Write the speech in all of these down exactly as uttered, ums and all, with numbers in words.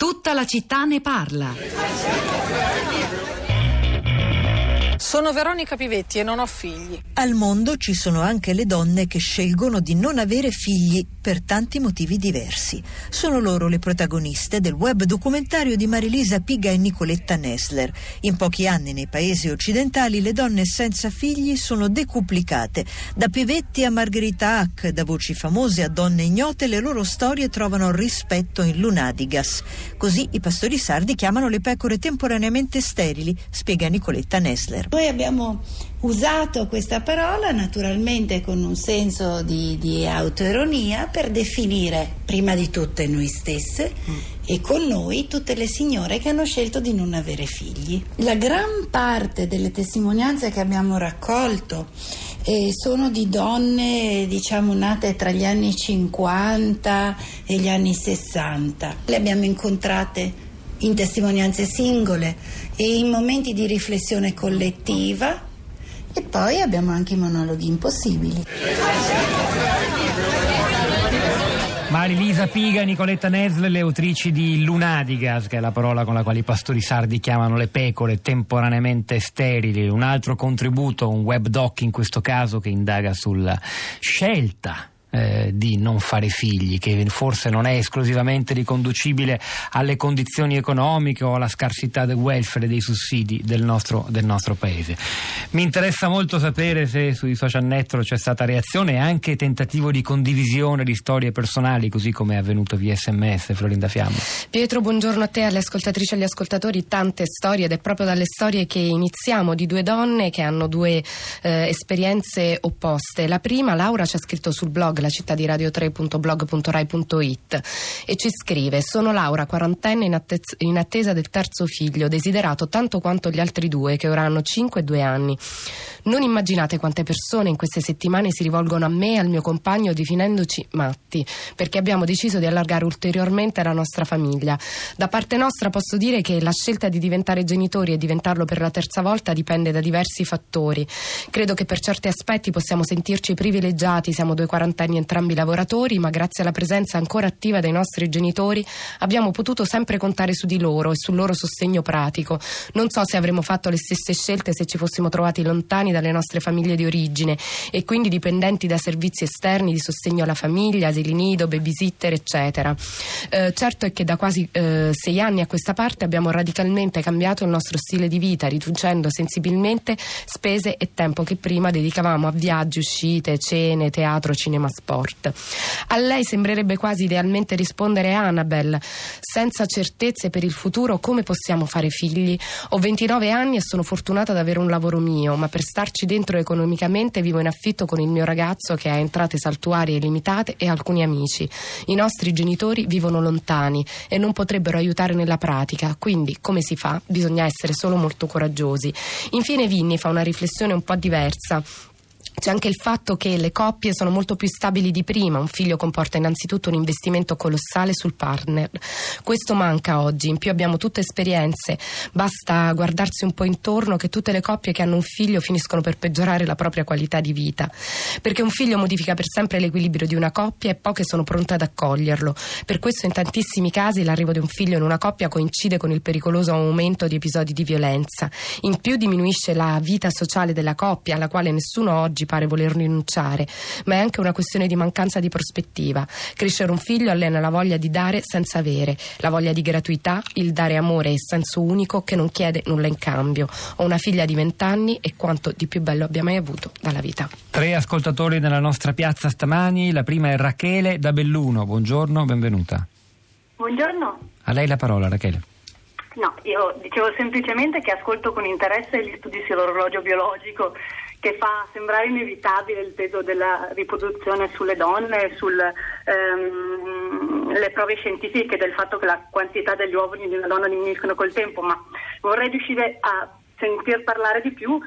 Tutta la città ne parla. Sono Veronica Pivetti e non ho figli. Al mondo ci sono anche le donne che scelgono di non avere figli per tanti motivi diversi. Sono loro le protagoniste del web documentario di Marilisa Piga e Nicoletta Nesler. In pochi anni nei paesi occidentali le donne senza figli sono decuplicate. Da Pivetti a Margherita Hack, da voci famose a donne ignote, le loro storie trovano rispetto in Lunadigas. Così i pastori sardi chiamano le pecore temporaneamente sterili, spiega Nicoletta Nesler. Noi abbiamo usato questa parola naturalmente con un senso di, di autoironia per definire prima di tutte noi stesse mm. e con noi tutte le signore che hanno scelto di non avere figli. La gran parte delle testimonianze che abbiamo raccolto eh, sono di donne diciamo nate tra gli anni cinquanta e gli anni sessanta. Le abbiamo incontrate in testimonianze singole e in momenti di riflessione collettiva, e poi abbiamo anche i monologhi impossibili. Marilisa Piga e Nicoletta Nesler, le autrici di Lunadigas, che è la parola con la quale i pastori sardi chiamano le pecore temporaneamente sterili. Un altro contributo, un web doc in questo caso, che indaga sulla scelta Eh, di non fare figli, che forse non è esclusivamente riconducibile alle condizioni economiche o alla scarsità del welfare e dei sussidi del nostro, del nostro paese. Mi interessa molto sapere se sui social network c'è stata reazione e anche tentativo di condivisione di storie personali, così come è avvenuto via sms. Florinda Fiamma. Pietro, buongiorno a te, alle ascoltatrici e agli ascoltatori. Tante storie, ed è proprio dalle storie che iniziamo, di due donne che hanno due eh, esperienze opposte. La prima, Laura, ci ha scritto sul blog la città di radio tre punto blog punto rai punto it e ci scrive: sono Laura, quarantenne, in, attez- in attesa del terzo figlio, desiderato tanto quanto gli altri due, che ora hanno cinque e due anni. Non immaginate quante persone in queste settimane si rivolgono a me e al mio compagno definendoci matti, perché abbiamo deciso di allargare ulteriormente la nostra famiglia. Da parte nostra posso dire che la scelta di diventare genitori e diventarlo per la terza volta dipende da diversi fattori. Credo che per certi aspetti possiamo sentirci privilegiati, siamo due quarantenni entrambi lavoratori, ma grazie alla presenza ancora attiva dei nostri genitori abbiamo potuto sempre contare su di loro e sul loro sostegno pratico. Non so se avremmo fatto le stesse scelte se ci fossimo trovati lontani dalle nostre famiglie di origine e quindi dipendenti da servizi esterni di sostegno alla famiglia, asili nido, babysitter, eccetera. Eh, certo è che da quasi eh, sei anni a questa parte abbiamo radicalmente cambiato il nostro stile di vita, riducendo sensibilmente spese e tempo che prima dedicavamo a viaggi, uscite, cene, teatro, cinema, sport. A lei sembrerebbe quasi idealmente rispondere a Annabelle: senza certezze per il futuro come possiamo fare figli? Ho ventinove anni e sono fortunata ad avere un lavoro mio, ma per starci dentro economicamente vivo in affitto con il mio ragazzo che ha entrate saltuarie e limitate e alcuni amici. I nostri genitori vivono lontani e non potrebbero aiutare nella pratica, quindi come si fa? Bisogna essere solo molto coraggiosi. Infine Vinni fa una riflessione un po' diversa. C'è anche il fatto che le coppie sono molto più stabili di prima. Un figlio comporta innanzitutto un investimento colossale sul partner. Questo manca oggi. In più abbiamo tutte esperienze. Basta guardarsi un po' intorno che tutte le coppie che hanno un figlio finiscono per peggiorare la propria qualità di vita. Perché un figlio modifica per sempre l'equilibrio di una coppia e poche sono pronte ad accoglierlo. Per questo in tantissimi casi l'arrivo di un figlio in una coppia coincide con il pericoloso aumento di episodi di violenza. In più diminuisce la vita sociale della coppia, alla quale nessuno oggi pare voler rinunciare, ma è anche una questione di mancanza di prospettiva. Crescere un figlio allena la voglia di dare senza avere, la voglia di gratuità, il dare amore e senso unico che non chiede nulla in cambio. Ho una figlia di vent'anni e quanto di più bello abbia mai avuto dalla vita. Tre ascoltatori nella nostra piazza stamani. La prima è Rachele da Belluno. Buongiorno, benvenuta. Buongiorno. A lei la parola, Rachele. No, io dicevo semplicemente che ascolto con interesse gli studi sull'orologio biologico, che fa sembrare inevitabile il peso della riproduzione sulle donne, sulle ehm, prove scientifiche del fatto che la quantità degli uomini di una donna diminuiscono col tempo, ma vorrei riuscire a sentir parlare di più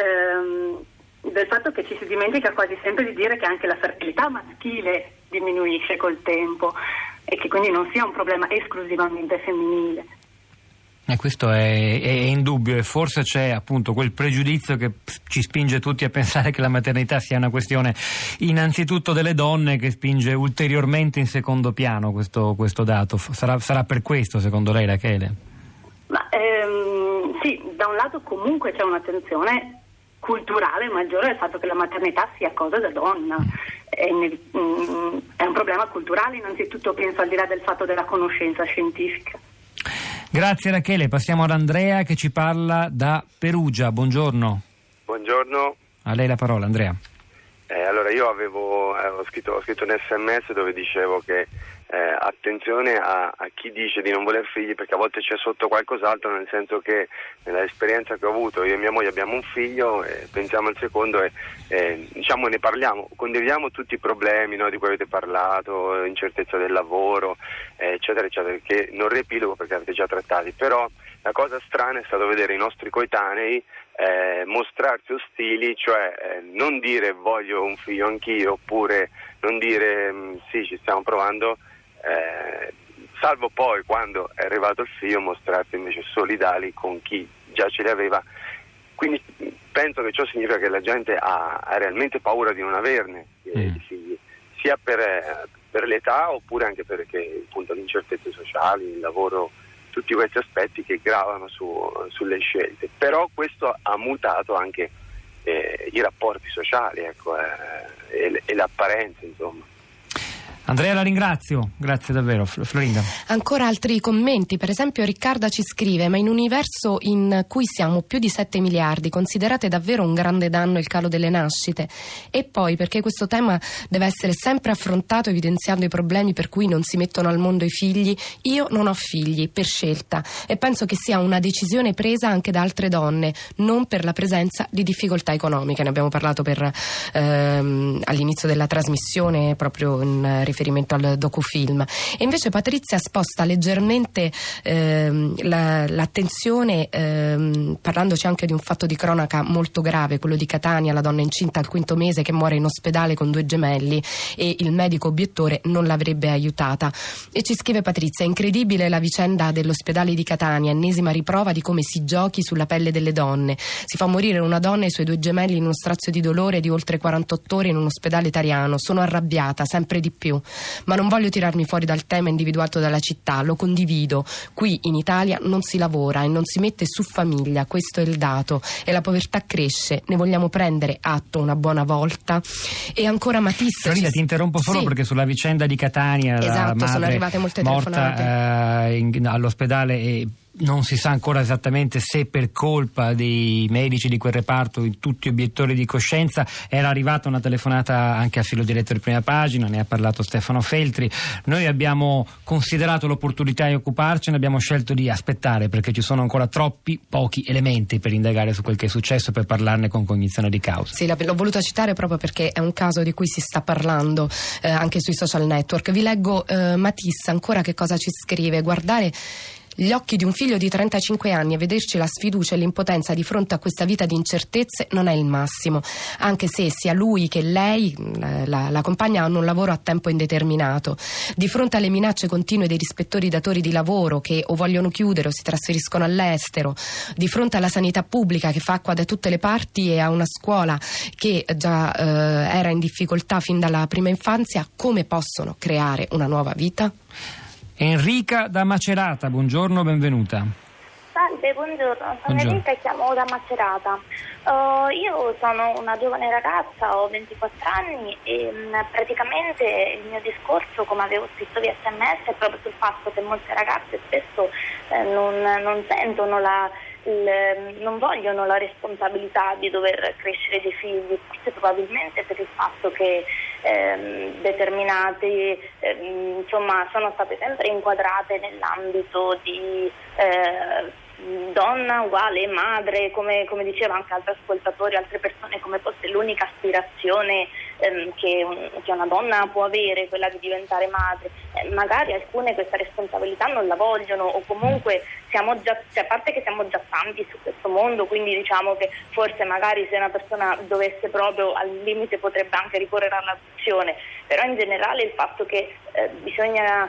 ehm, del fatto che ci si dimentica quasi sempre di dire che anche la fertilità maschile diminuisce col tempo e che quindi non sia un problema esclusivamente femminile. E questo è, è indubbio, e forse c'è appunto quel pregiudizio che ci spinge tutti a pensare che la maternità sia una questione innanzitutto delle donne, che spinge ulteriormente in secondo piano questo, questo dato. Sarà, sarà per questo, secondo lei, Rachele? Ma ehm, sì, da un lato comunque c'è un'attenzione culturale maggiore al fatto che la maternità sia cosa da donna. È, è un problema culturale innanzitutto, penso, al di là del fatto della conoscenza scientifica. Grazie Rachele, passiamo ad Andrea che ci parla da Perugia. Buongiorno. Buongiorno. A lei la parola, Andrea. Eh, allora io avevo, avevo scritto, ho scritto un sms dove dicevo che eh, attenzione a, a chi dice di non voler figli, perché a volte c'è sotto qualcos'altro, nel senso che nell'esperienza che ho avuto io e mia moglie abbiamo un figlio, e pensiamo al secondo e eh, diciamo ne parliamo, condividiamo tutti i problemi, no, di cui avete parlato, incertezza del lavoro, eh, eccetera eccetera, che non riepilogo perché avete già trattati, però la cosa strana è stato vedere i nostri coetanei Eh, mostrarsi ostili, cioè eh, non dire voglio un figlio anch'io, oppure non dire mh, sì, ci stiamo provando, eh, salvo poi quando è arrivato il figlio mostrarsi invece solidali con chi già ce li aveva. Quindi penso che ciò significa che la gente ha, ha realmente paura di non averne eh, mm. i figli, sia per, eh, per l'età, oppure anche perché appunto le incertezze sociali, il lavoro, tutti questi aspetti che gravano su, sulle scelte. Però questo ha mutato anche eh, i rapporti sociali, ecco, eh, e, e l'apparenza, insomma. Andrea, la ringrazio, grazie davvero. Florinda. Ancora altri commenti, per esempio Riccarda ci scrive: ma in un universo in cui siamo più di sette miliardi, considerate davvero un grande danno il calo delle nascite? E poi, perché questo tema deve essere sempre affrontato evidenziando i problemi per cui non si mettono al mondo i figli? Io non ho figli per scelta e penso che sia una decisione presa anche da altre donne, non per la presenza di difficoltà economiche. Ne abbiamo parlato per, ehm, all'inizio della trasmissione, proprio in riferimento al docufilm. E invece Patrizia sposta leggermente ehm, la, l'attenzione ehm, parlandoci anche di un fatto di cronaca molto grave, quello di Catania, la donna incinta al quinto mese che muore in ospedale con due gemelli e il medico obiettore non l'avrebbe aiutata. E ci scrive Patrizia: incredibile la vicenda dell'ospedale di Catania, ennesima riprova di come si giochi sulla pelle delle donne. Si fa morire una donna e i suoi due gemelli in uno strazio di dolore di oltre quarantotto ore in un ospedale italiano. Sono arrabbiata sempre di più, ma non voglio tirarmi fuori dal tema individuato dalla città, lo condivido. Qui in Italia non si lavora e non si mette su famiglia, questo è il dato, e la povertà cresce, ne vogliamo prendere atto una buona volta. E ancora Matisse. Florinda, ci... ti interrompo solo sì. perché sulla vicenda di Catania, esatto, la madre sono arrivate molte morta eh, in, all'ospedale e non si sa ancora esattamente se per colpa dei medici di quel reparto, tutti obiettori di coscienza. Era arrivata una telefonata anche al filo diretto di Prima Pagina, ne ha parlato Stefano Feltri. Noi abbiamo considerato l'opportunità di occuparcene, abbiamo scelto di aspettare perché ci sono ancora troppi pochi elementi per indagare su quel che è successo, per parlarne con cognizione di causa. Sì, l'ho voluta citare proprio perché è un caso di cui si sta parlando eh, anche sui social network. Vi leggo eh, Matissa ancora che cosa ci scrive: guardare gli occhi di un figlio di trentacinque anni e vederci la sfiducia e l'impotenza di fronte a questa vita di incertezze non è il massimo, anche se sia lui che lei, la, la compagna, hanno un lavoro a tempo indeterminato. Di fronte alle minacce continue dei rispettori datori di lavoro che o vogliono chiudere o si trasferiscono all'estero, di fronte alla sanità pubblica che fa acqua da tutte le parti e a una scuola che già eh, era in difficoltà fin dalla prima infanzia, come possono creare una nuova vita? Enrica da Macerata, buongiorno, benvenuta. Salve, buongiorno, sono buongiorno. Enrica e chiamo da Macerata. Uh, io sono una giovane ragazza, ho ventiquattro anni e mh, praticamente il mio discorso, come avevo scritto via sms, è proprio sul fatto che molte ragazze spesso eh, non, non sentono la il, non vogliono la responsabilità di dover crescere dei figli, forse probabilmente per il fatto che ehm, determinate ehm, insomma sono state sempre inquadrate nell'ambito di eh, donna uguale madre, come, come diceva anche altri ascoltatori, altre persone, come fosse l'unica aspirazione ehm, che, un, che una donna può avere, quella di diventare madre. Eh, magari alcune questa responsabilità non la vogliono, o comunque siamo già, cioè, a parte che siamo già tanti su questo mondo, quindi diciamo che forse magari se una persona dovesse proprio al limite potrebbe anche ricorrere all'adozione, però in generale il fatto che eh, bisogna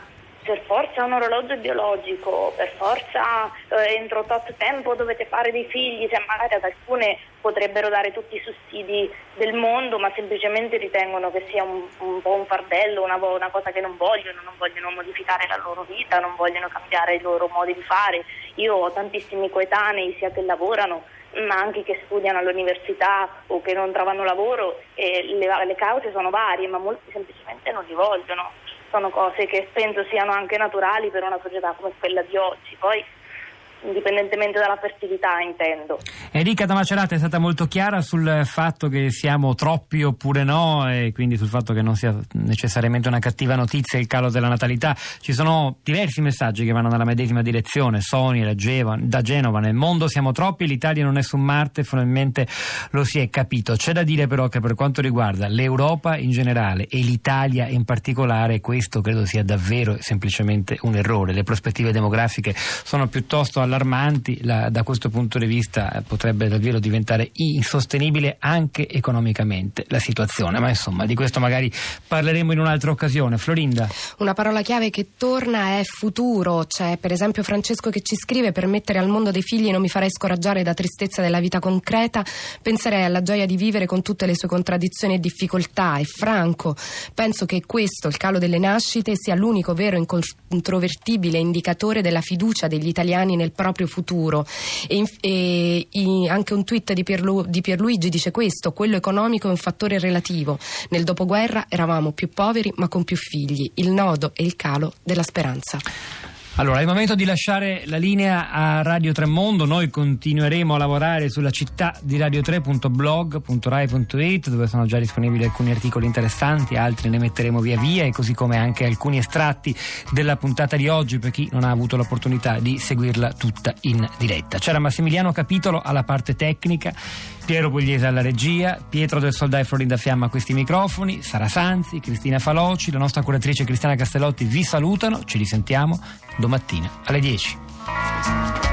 per forza un orologio biologico, per forza eh, entro tot tempo dovete fare dei figli, se magari ad alcune potrebbero dare tutti i sussidi del mondo, ma semplicemente ritengono che sia un, un po' un fardello, una, una cosa che non vogliono, non vogliono modificare la loro vita, non vogliono cambiare i loro modi di fare. Io ho tantissimi coetanei, sia che lavorano, ma anche che studiano all'università o che non trovano lavoro, e le, le cause sono varie, ma molti semplicemente non li vogliono. Sono cose che penso siano anche naturali per una società come quella di oggi. Poi indipendentemente dalla fertilità, intendo. Enrica da Macerata è stata molto chiara sul fatto che siamo troppi oppure no, e quindi sul fatto che non sia necessariamente una cattiva notizia il calo della natalità. Ci sono diversi messaggi che vanno nella medesima direzione. Sonia da, Geva, da Genova: nel mondo siamo troppi, l'Italia non è su Marte, finalmente lo si è capito. C'è da dire però che per quanto riguarda l'Europa in generale e l'Italia in particolare, questo credo sia davvero semplicemente un errore. Le prospettive demografiche sono piuttosto allarmanti. La, da questo punto di vista potrebbe davvero diventare insostenibile anche economicamente la situazione, ma insomma di questo magari parleremo in un'altra occasione. Florinda. Una parola chiave che torna è futuro. C'è per esempio Francesco che ci scrive: per mettere al mondo dei figli non mi farei scoraggiare da tristezza della vita concreta, penserei alla gioia di vivere con tutte le sue contraddizioni e difficoltà. E Franco: penso che questo, il calo delle nascite, sia l'unico vero incontrovertibile indicatore della fiducia degli italiani nel proprio futuro. E, e, e anche un tweet di, Pierlu, di Pierluigi dice questo: quello economico è un fattore relativo, nel dopoguerra eravamo più poveri ma con più figli, il nodo è il calo della speranza. Allora, è il momento di lasciare la linea a Radio tre Mondo. Noi continueremo a lavorare sulla città di radio tre punto blog punto rai punto it, dove sono già disponibili alcuni articoli interessanti, altri ne metteremo via via, e così come anche alcuni estratti della puntata di oggi per chi non ha avuto l'opportunità di seguirla tutta in diretta. C'era Massimiliano Capitolo alla parte tecnica, Piero Pugliese alla regia, Pietro del Soldà e Florinda Fiamma a questi microfoni, Sara Sanzi, Cristina Faloci, la nostra curatrice Cristiana Castellotti vi salutano. Ci risentiamo domattina alle dieci.